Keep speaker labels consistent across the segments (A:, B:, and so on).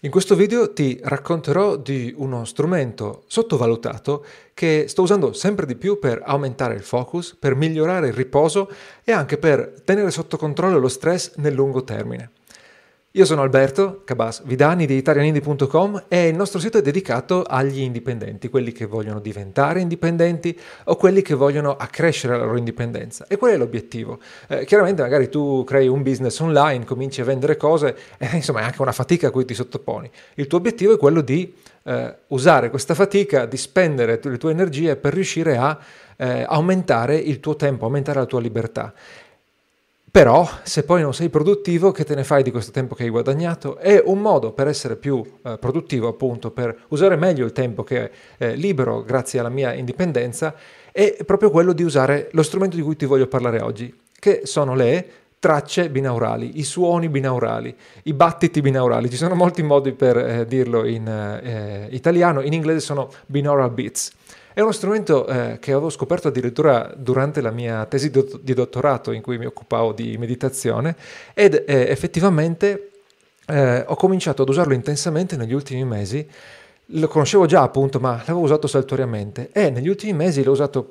A: In questo video ti racconterò di uno strumento sottovalutato che sto usando sempre di più per aumentare il focus, per migliorare il riposo e anche per tenere sotto controllo lo stress nel lungo termine. Io sono Alberto Cabas Vidani di italianindie.com e il nostro sito è dedicato agli indipendenti, quelli che vogliono diventare indipendenti o quelli che vogliono accrescere la loro indipendenza. E qual è l'obiettivo? Chiaramente magari tu crei un business online, cominci a vendere cose, insomma è anche una fatica a cui ti sottoponi. Il tuo obiettivo è quello di usare questa fatica, di spendere le tue energie per riuscire a aumentare il tuo tempo, aumentare la tua libertà. Però, se poi non sei produttivo, che te ne fai di questo tempo che hai guadagnato? È un modo per essere più produttivo, appunto, per usare meglio il tempo che è libero grazie alla mia indipendenza, è proprio quello di usare lo strumento di cui ti voglio parlare oggi, che sono le tracce binaurali, i suoni binaurali, i battiti binaurali. Ci sono molti modi per dirlo in italiano, in inglese sono binaural beats. È uno strumento che avevo scoperto addirittura durante la mia tesi di dottorato in cui mi occupavo di meditazione ed effettivamente ho cominciato ad usarlo intensamente negli ultimi mesi. Lo conoscevo già appunto, ma l'avevo usato saltuariamente e negli ultimi mesi l'ho usato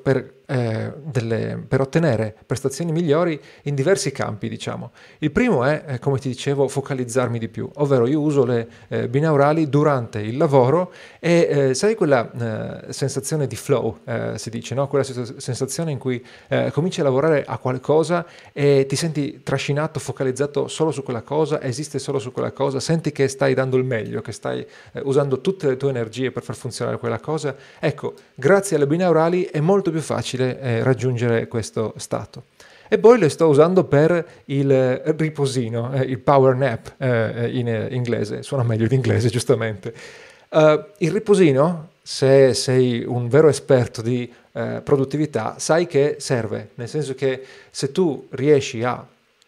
A: per ottenere prestazioni migliori in diversi campi, diciamo. Il primo è, come ti dicevo, focalizzarmi di più, ovvero io uso le binaurali durante il lavoro e sai quella sensazione di flow, si dice, no? Quella sensazione in cui cominci a lavorare a qualcosa e ti senti trascinato, focalizzato solo su quella cosa, esiste solo su quella cosa, senti che stai dando il meglio, che stai usando tutte le tue energie per far funzionare quella cosa. Ecco, grazie alle binaurali è molto più facile raggiungere questo stato. E poi le sto usando per il riposino, il power nap in inglese, suona meglio in inglese giustamente. Il riposino, se sei un vero esperto di produttività, sai che serve, nel senso che se tu riesci a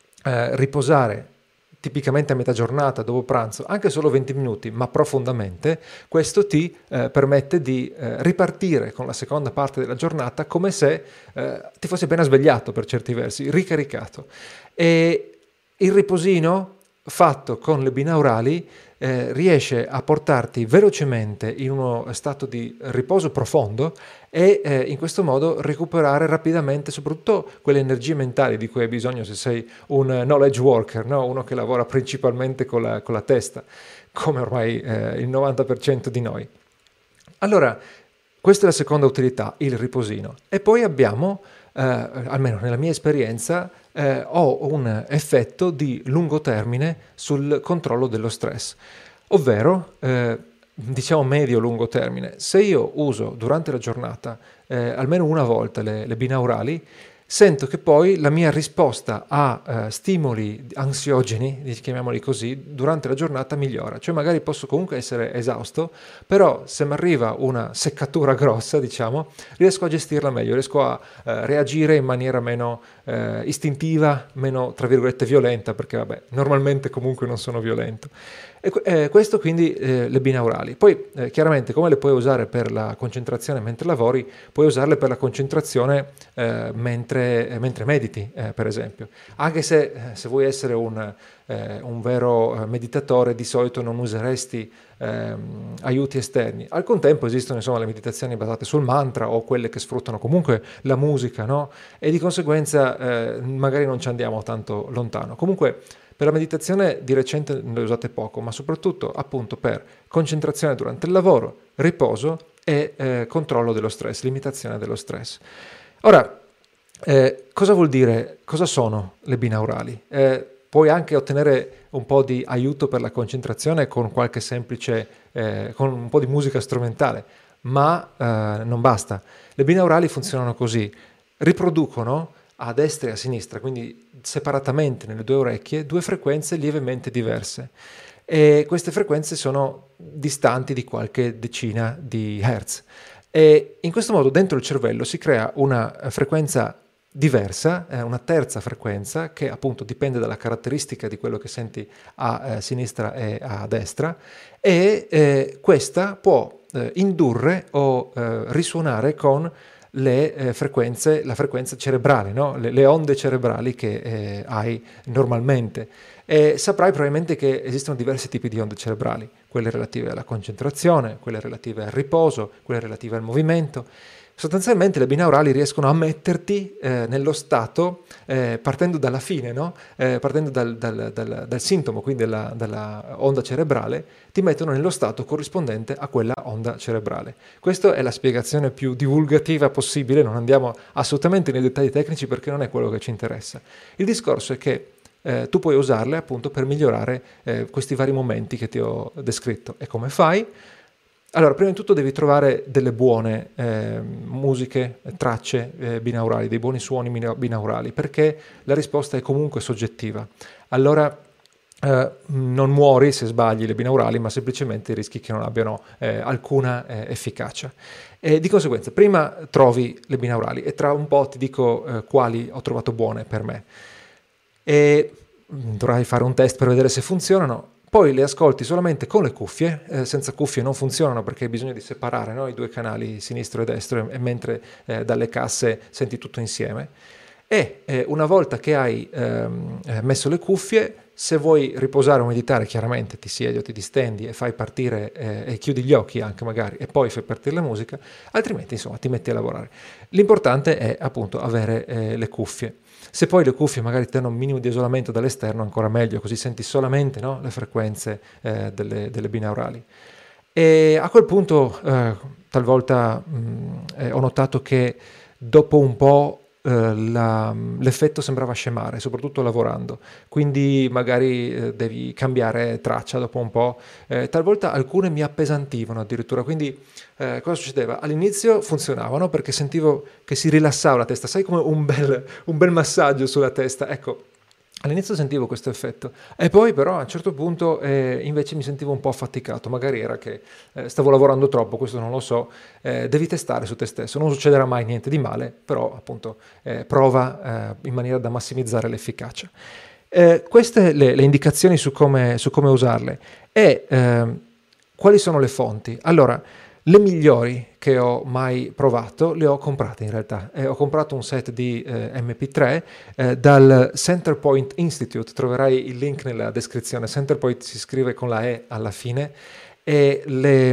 A: riposare tipicamente a metà giornata, dopo pranzo, anche solo 20 minuti, ma profondamente, questo ti permette di ripartire con la seconda parte della giornata come se ti fossi appena svegliato per certi versi, ricaricato. E il riposino fatto con le binaurali riesce a portarti velocemente in uno stato di riposo profondo e in questo modo recuperare rapidamente soprattutto quelle energie mentali di cui hai bisogno se sei un knowledge worker, no? Uno che lavora principalmente con la testa, come ormai il 90% di noi. Allora, questa è la seconda utilità, il riposino. E poi abbiamo, almeno nella mia esperienza, ho un effetto di lungo termine sul controllo dello stress, ovvero diciamo medio-lungo termine. Se io uso durante la giornata almeno una volta le binaurali, sento che poi la mia risposta a stimoli ansiogeni, chiamiamoli così, durante la giornata migliora. Cioè magari posso comunque essere esausto, però se mi arriva una seccatura grossa, diciamo, riesco a gestirla meglio, riesco a reagire in maniera meno istintiva, meno, tra virgolette, violenta, perché vabbè, normalmente comunque non sono violento. E questo quindi le binaurali. Poi chiaramente come le puoi usare per la concentrazione mentre lavori, puoi usarle per la concentrazione mentre mediti, per esempio. Anche se vuoi essere un vero meditatore, di solito non useresti aiuti esterni. Al contempo esistono insomma le meditazioni basate sul mantra o quelle che sfruttano comunque la musica, no? E di conseguenza magari non ci andiamo tanto lontano. Comunque per la meditazione di recente ne ho usate poco, ma soprattutto appunto per concentrazione durante il lavoro, riposo e controllo dello stress, limitazione dello stress. Ora, cosa vuol dire, cosa sono le binaurali? Puoi anche ottenere un po' di aiuto per la concentrazione con qualche semplice, con un po' di musica strumentale, ma non basta. Le binaurali funzionano così, riproducono a destra e a sinistra, quindi separatamente nelle due orecchie, due frequenze lievemente diverse. E queste frequenze sono distanti di qualche decina di hertz. E in questo modo dentro il cervello si crea una frequenza diversa, una terza frequenza che appunto dipende dalla caratteristica di quello che senti a sinistra e a destra e questa può indurre o risuonare con la frequenza cerebrale, no? Le onde cerebrali che hai normalmente. E saprai probabilmente che esistono diversi tipi di onde cerebrali, quelle relative alla concentrazione, quelle relative al riposo, quelle relative al movimento. Sostanzialmente le binaurali riescono a metterti nello stato, partendo dalla fine, no? Partendo dal sintomo, quindi dalla onda cerebrale, ti mettono nello stato corrispondente a quella onda cerebrale. Questa è la spiegazione più divulgativa possibile, non andiamo assolutamente nei dettagli tecnici perché non è quello che ci interessa. Il discorso è che tu puoi usarle appunto per migliorare questi vari momenti che ti ho descritto. E come fai? Allora, prima di tutto devi trovare delle buone musiche, tracce binaurali, dei buoni suoni binaurali, perché la risposta è comunque soggettiva. Allora, non muori se sbagli le binaurali, ma semplicemente rischi che non abbiano alcuna efficacia. E di conseguenza, prima trovi le binaurali e tra un po' ti dico quali ho trovato buone per me. E dovrai fare un test per vedere se funzionano. Poi le ascolti solamente con le cuffie, senza cuffie non funzionano perché hai bisogno di separare, no, i due canali sinistro e destro, e mentre dalle casse senti tutto insieme. E una volta che hai messo le cuffie, se vuoi riposare o meditare, chiaramente ti siedi o ti distendi e fai partire e chiudi gli occhi anche magari e poi fai partire la musica, altrimenti insomma ti metti a lavorare. L'importante è appunto avere le cuffie. Se poi le cuffie magari ti danno un minimo di isolamento dall'esterno, ancora meglio, così senti solamente, no, le frequenze delle binaurali. E a quel punto talvolta ho notato che dopo un po' l'effetto sembrava scemare, soprattutto lavorando, quindi magari devi cambiare traccia dopo un po'. Talvolta alcune mi appesantivano addirittura, quindi cosa succedeva? All'inizio funzionavano perché sentivo che si rilassava la testa, sai, come un bel massaggio sulla testa, ecco. All'inizio sentivo questo effetto e poi però a un certo punto invece mi sentivo un po' affaticato, magari era che stavo lavorando troppo, questo non lo so, devi testare su te stesso, non succederà mai niente di male, però appunto prova in maniera da massimizzare l'efficacia. Queste le indicazioni su come usarle e quali sono le fonti? Allora, le migliori che ho mai provato le ho comprate in realtà. Ho comprato un set di MP3 dal Centerpoint Institute, troverai il link nella descrizione. Centerpoint si scrive con la E alla fine e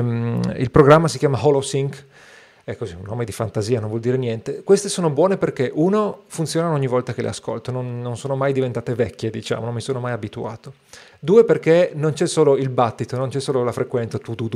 A: il programma si chiama HoloSync. È così, un nome di fantasia, non vuol dire niente. Queste sono buone perché, uno, funzionano ogni volta che le ascolto, non sono mai diventate vecchie, diciamo, non mi sono mai abituato. Due, perché non c'è solo il battito, non c'è solo la frequenza,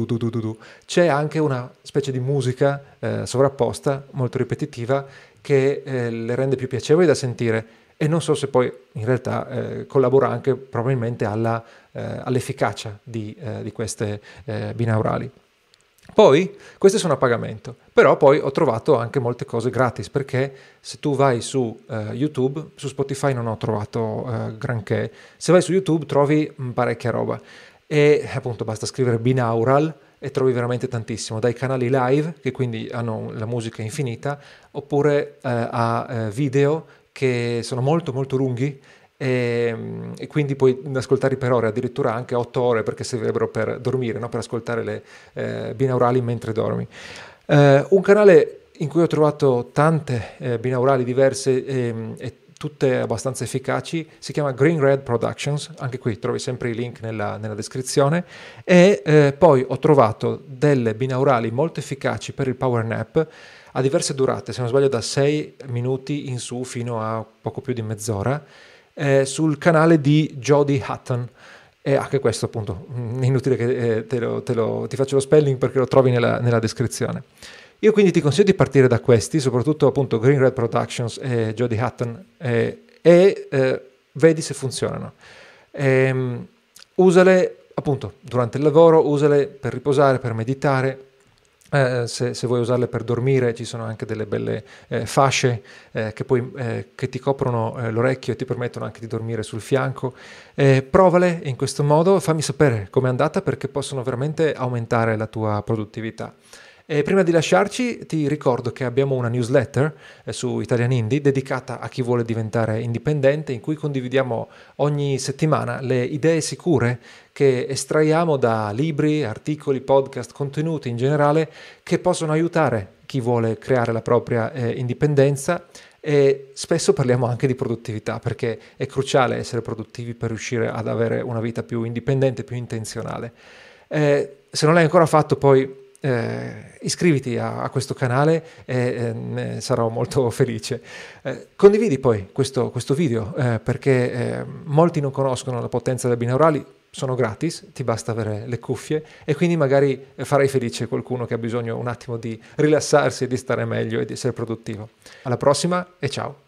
A: c'è anche una specie di musica sovrapposta, molto ripetitiva, che le rende più piacevoli da sentire e non so se poi in realtà collabora anche probabilmente all'efficacia di queste binaurali. Poi, queste sono a pagamento, però poi ho trovato anche molte cose gratis, perché se tu vai su YouTube, su Spotify non ho trovato granché, se vai su YouTube trovi parecchia roba e appunto basta scrivere binaural e trovi veramente tantissimo, dai canali live, che quindi hanno la musica infinita, oppure a video che sono molto molto lunghi, e quindi puoi ascoltarli per ore, addirittura anche 8 ore perché servirebbero per dormire, no? Per ascoltare le binaurali mentre dormi. Un canale in cui ho trovato tante binaurali diverse e tutte abbastanza efficaci si chiama Green Red Productions, anche qui trovi sempre i link nella descrizione, e poi ho trovato delle binaurali molto efficaci per il power nap a diverse durate, se non sbaglio da 6 minuti in su fino a poco più di mezz'ora, sul canale di Jody Hutton. E anche questo appunto inutile che ti faccio lo spelling perché lo trovi nella descrizione. Io quindi ti consiglio di partire da questi, soprattutto appunto Green Red Productions e Jody Hutton, e vedi se funzionano. Usale appunto durante il lavoro, usale per riposare, per meditare. Se vuoi usarle per dormire ci sono anche delle belle fasce che ti coprono l'orecchio e ti permettono anche di dormire sul fianco. Provale in questo modo, fammi sapere com'è andata perché possono veramente aumentare la tua produttività. E prima di lasciarci ti ricordo che abbiamo una newsletter su Italian Indie dedicata a chi vuole diventare indipendente, in cui condividiamo ogni settimana le idee sicure che estraiamo da libri, articoli, podcast, contenuti in generale che possono aiutare chi vuole creare la propria indipendenza. E spesso parliamo anche di produttività, perché è cruciale essere produttivi per riuscire ad avere una vita più indipendente, più intenzionale. Se non l'hai ancora fatto, poi iscriviti a questo canale e ne sarò molto felice. Condividi poi questo video perché molti non conoscono la potenza delle binaurali, sono gratis, ti basta avere le cuffie e quindi magari farai felice qualcuno che ha bisogno un attimo di rilassarsi e di stare meglio e di essere produttivo. Alla prossima e ciao!